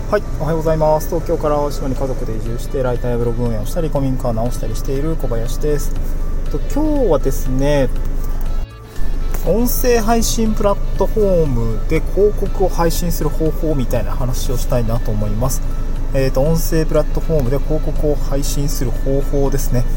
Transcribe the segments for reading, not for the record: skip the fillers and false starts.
はい、おはようございます。東京から青島に家族で移住してライターやブログ運営をしたり古民家を直したりしている小林です。今日はですね、音声配信プラットフォームで広告を配信する方法みたいな話をしたいなと思います。音声プラットフォームで広告を配信する方法ですね。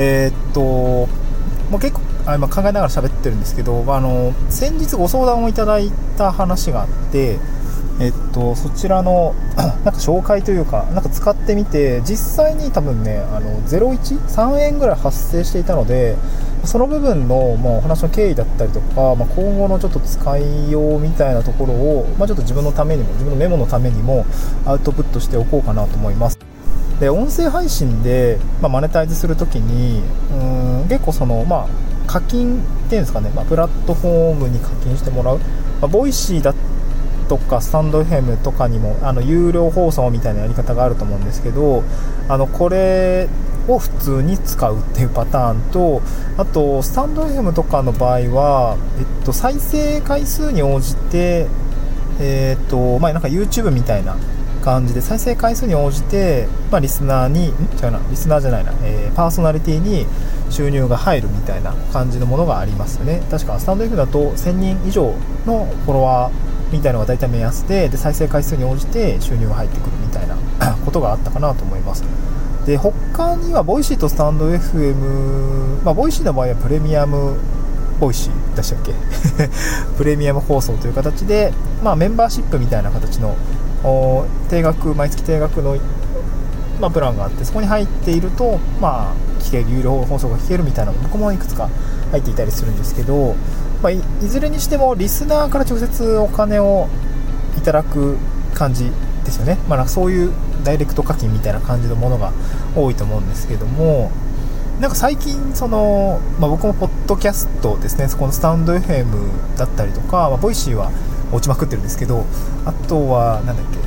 もう結構今考えながら喋ってるんですけど、先日ご相談をいただいた話があって、そちらのなんか紹介というか、なんか使ってみて実際に多分ね3円ぐらい発生していたので、その部分のお話の経緯だったりとか、今後のちょっと使いようみたいなところを、ちょっと自分のためにも自分のメモのためにもアウトプットしておこうかなと思います。で、音声配信で、マネタイズするときに結構課金っていうんですかね、プラットフォームに課金してもらう、ボイシーだとかスタンド FM とかにも有料放送みたいなやり方があると思うんですけど、これを普通に使うっていうパターンと、あとスタンド FM とかの場合は、再生回数に応じてなんか YouTube みたいな感じで再生回数に応じて、リスナーパーソナリティに収入が入るみたいな感じのものがありますよね。確かスタンド F だと1000人以上のフォロワーみたいなのが大体目安で、再生回数に応じて収入が入ってくるみたいなことがあったかなと思います。で、他にはボイシーとスタンド FM、ボイシーの場合はプレミアムボイシーでしたっけプレミアム放送という形で、メンバーシップみたいな形の毎月定額の、プランがあって、そこに入っていると、聞ける有料放送が聞けるみたいなの僕もいくつか入っていたりするんですけど、いずれにしてもリスナーから直接お金をいただく感じですよね。そういうダイレクト課金みたいな感じのものが多いと思うんですけども、なんか最近僕もポッドキャストですね、このスタンド FM だったりとか、ボイシーは落ちまくってるんですけど、あとはなんだっけ、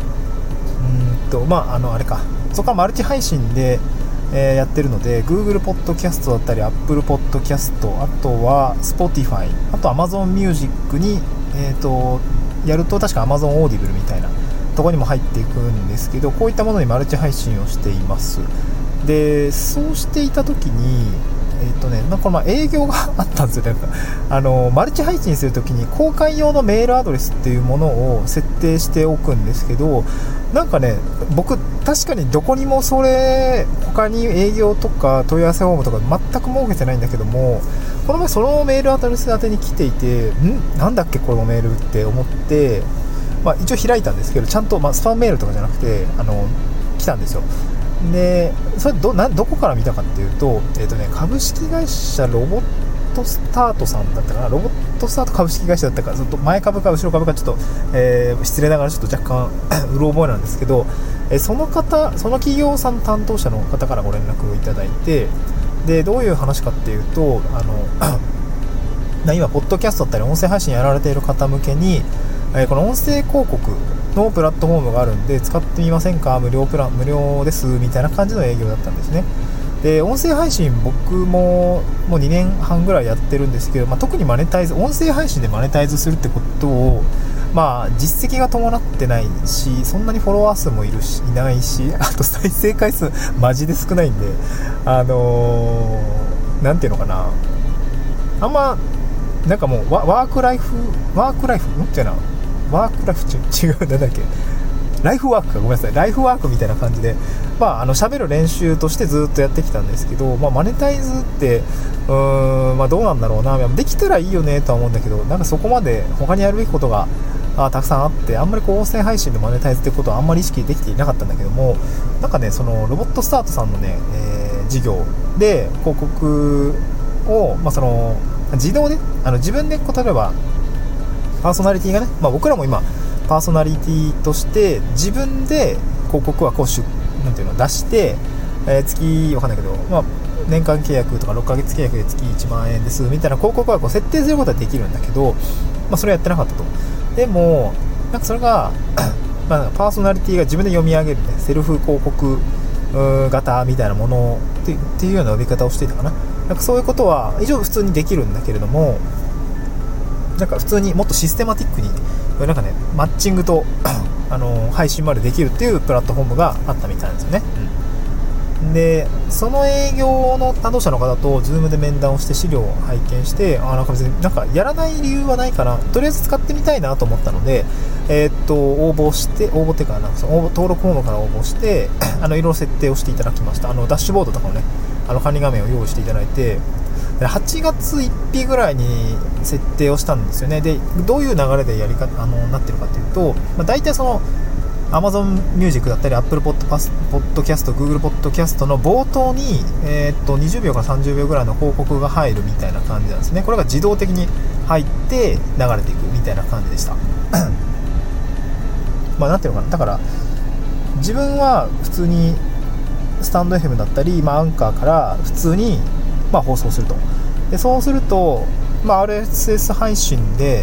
あれか、そこはマルチ配信でやってるので Google ポッドキャストだったり Apple ポッドキャスト、あとは Spotify、 あと Amazon Music に、やると確か Amazon Audible みたいなところにも入っていくんですけど、こういったものにマルチ配信をしています。で、そうしていた時にこれ営業があったんですよね。マルチ配信するときに公開用のメールアドレスっていうものを設定しておくんですけど、なんかね、僕確かにどこにも他に営業とか問い合わせフォームとか全く設けてないんだけども、この前そのメールアドレス宛てに来ていて、なんだっけこのメールって思って、一応開いたんですけど、ちゃんと、スパムメールとかじゃなくて来たんですよ。で、それどこから見たかっていうと、株式会社ロボットスタートさんだったかな、ロボットスタート株式会社だったか、ずっと前株か後ろ株かちょっと、失礼ながらちょっと若干うろ覚えなんですけど、その企業さんの担当者の方からご連絡をいただいて、でどういう話かっていうと、今ポッドキャストだったり音声配信やられている方向けに、この音声広告のプラットフォームがあるんで使ってみませんか、無料ですみたいな感じの営業だったんですね。で、音声配信僕もう2年半ぐらいやってるんですけど、特に音声配信でマネタイズするってことを実績が伴ってないし、そんなにフォロワー数もいないし、あと再生回数マジで少ないんで、なんていうのかな、あんまなんかもうワークライフ違う、なんだっけ、ライフワークか、ごめんなさい、ライフワークみたいな感じで、喋る練習としてずっとやってきたんですけど、マネタイズってどうなんだろうな、できたらいいよねとは思うんだけど、なんかそこまで他にやるべきことがたくさんあって、あんまり音声配信でマネタイズってことはあんまり意識できていなかったんだけども、なんかね、そのロボットスタートさんのね、事業で広告を自動で自分で例えばパーソナリティがね、僕らも今パーソナリティとして自分で広告はなんていうの出して、月わかんないけど、年間契約とか6ヶ月契約で月1万円ですみたいな広告は設定することはできるんだけど、それはやってなかったと。でもなんかそれがパーソナリティが自分で読み上げるね、セルフ広告型みたいなものっていうような呼び方をしていたかな。なんかそういうことは以上普通にできるんだけれども、なんか普通にもっとシステマティックになんかね、マッチングと配信までできるっていうプラットフォームがあったみたいなんですよね。でその営業の担当者の方と Zoom で面談をして資料を拝見して、なんか別になんかやらない理由はないかな、とりあえず使ってみたいなと思ったので、応募っていうかなんかその登録フォームから応募していろいろ設定をしていただきました。ダッシュボードとかもね、管理画面を用意していただいて、8月1日ぐらいに設定をしたんですよね。でどういう流れでなってるかというと、大体そのAmazon Music だったり Apple Podcast、Google Podcast の冒頭に、20秒から30秒ぐらいの広告が入るみたいな感じなんですね。これが自動的に入って流れていくみたいな感じでしたなんていうのかな、だから自分は普通にスタンド FM だったり、アンカーから普通に、放送すると。でそうすると、RSS 配信で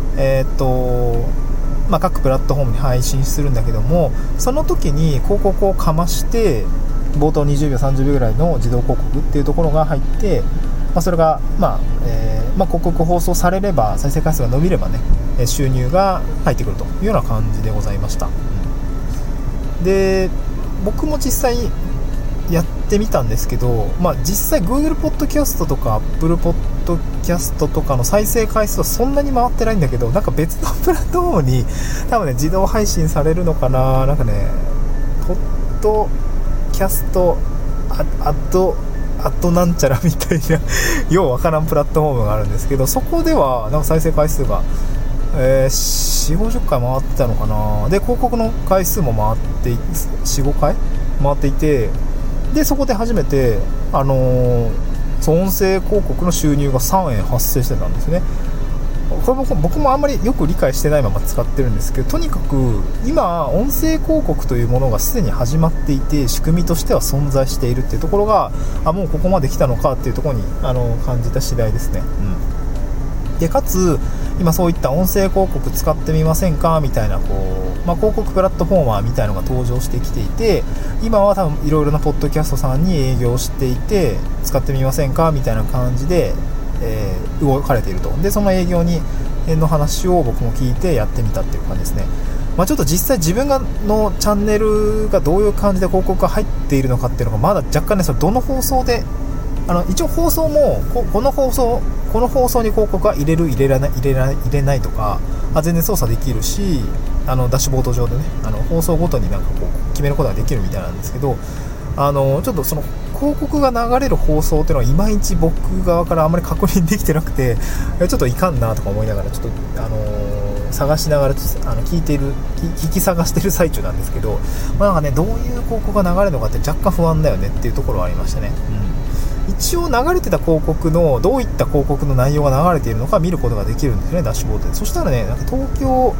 各プラットフォームに配信するんだけども、その時に広告をかまして冒頭20秒30秒ぐらいの自動広告っていうところが入って、それが、広告放送されれば再生回数が伸びればね、収入が入ってくるというような感じでございました。で僕も実際やってみたんですけど、実際 Google Podcast とか Apple Podcast とかの再生回数はそんなに回ってないんだけど、なんか別のプラットフォームに多分ね自動配信されるのかな、なんかねポッドキャストアットなんちゃらみたいなようわからんプラットフォームがあるんですけど、そこではなんか再生回数が、4、50回回ってたのかな。で広告の回数も回って4、5回回っていて、でそこで初めて、音声広告の収入が3円発生してたんですね。これ僕もあんまりよく理解してないまま使ってるんですけど、とにかく今音声広告というものがすでに始まっていて、仕組みとしては存在しているっていうところが、もうここまで来たのかっていうところに感じた次第ですね。でかつ今そういった音声広告使ってみませんかみたいな広告プラットフォーマーみたいなのが登場してきていて、今は多分いろいろなポッドキャストさんに営業していて使ってみませんかみたいな感じで、動かれていると。でその営業の話を僕も聞いてやってみたっていう感じですね。ちょっと実際自分のチャンネルがどういう感じで広告が入っているのかっていうのがまだ若干ね、それどの放送で一応放送もこの放送に広告は入れる入れないとか全然操作できるし、ダッシュボード上でね放送ごとになんか決めることができるみたいなんですけど、ちょっとその広告が流れる放送っていうのはいまいち僕側からあんまり確認できてなくて、ちょっといかんなとか思いながらちょっと探しながら聞き探してる最中なんですけど、なんかねどういう広告が流れるのかって若干不安だよねっていうところはありましたね。一応流れてた広告のどういった広告の内容が流れているのか見ることができるんですね、ダッシュボードで。そしたらね、なんか東京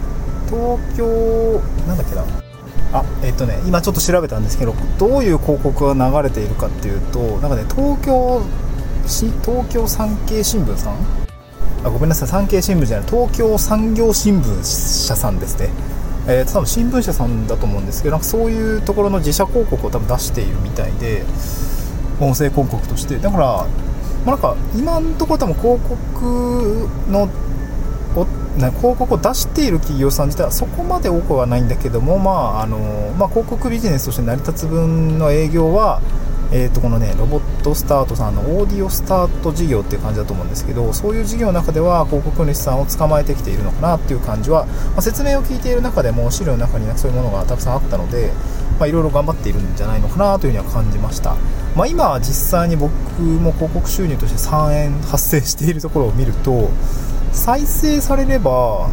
なんだっけな、今ちょっと調べたんですけど、どういう広告が流れているかっていうと、なんかね東京産経新聞さん、ごめんなさい、産経新聞じゃない、東京産業新聞社さんですね。多分新聞社さんだと思うんですけど、なんかそういうところの自社広告を多分出しているみたいで、音声広告として。だからなんか今のところ多分広告を出している企業さん自体はそこまで多くはないんだけども、広告ビジネスとして成り立つ分の営業は、このねロボットスタートさんのオーディオスタート事業っていう感じだと思うんですけど、そういう事業の中では広告主さんを捕まえてきているのかなっていう感じは、説明を聞いている中でも資料の中にそういうものがたくさんあったので、いろいろ頑張っているんじゃないのかなというふうには感じました。今実際に僕も広告収入として3円発生しているところを見ると、再生されれば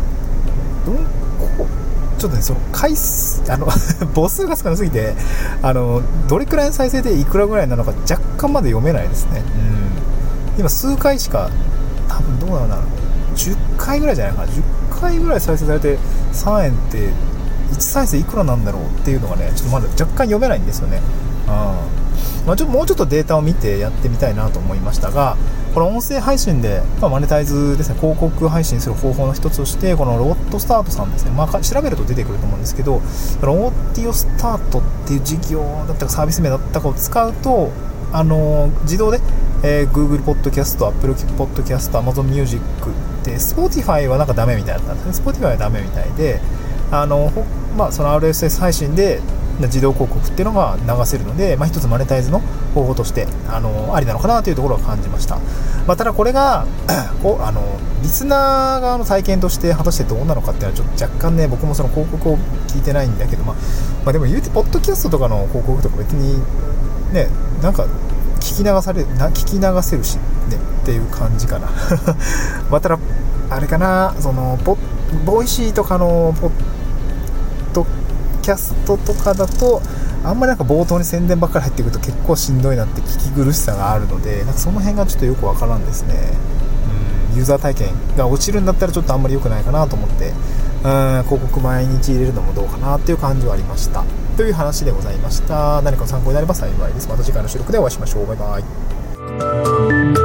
ちょっとねその回数母数が少なすぎてどれくらいの再生でいくらぐらいなのか若干まで読めないですね。今数回しか、多分どうなのかな、10回ぐらいじゃないかな、10回ぐらい再生されて3円って1再生いくらなんだろうっていうのがね、ちょっとまだ若干読めないんですよね。もうちょっとデータを見てやってみたいなと思いましたが、この音声配信で、マネタイズですね、広告配信する方法の一つとして、このロボットスタートさんですね、調べると出てくると思うんですけど、このオーディオスタートっていう事業だったかサービス名だったかを使うと、自動で、Google Podcast、Apple Podcast、Amazon Music で、Spotify はなんかダメみたいだったんですね。Spotify はダメみたいで、 その RSS 配信で自動広告っていうのが流せるので、一つマネタイズの方法としてありなのかなというところを感じました。ただこれがリスナー側の体験として果たしてどうなのかっていうのはちょっと若干ね、僕もその広告を聞いてないんだけど、でも言うてポッドキャストとかの広告とか別にね、なんか聞き流せるしねっていう感じかなただあれかな、そのボイシーとかのポッドキャストとかだとあんまりなんか冒頭に宣伝ばっかり入ってくると結構しんどいなって聞き苦しさがあるので、なんかその辺がちょっとよくわからんですね。ユーザー体験が落ちるんだったらちょっとあんまり良くないかなと思って、広告毎日入れるのもどうかなっていう感じはありましたという話でございました。何かの参考になれば幸いです。また次回の収録でお会いしましょう。バイバイ。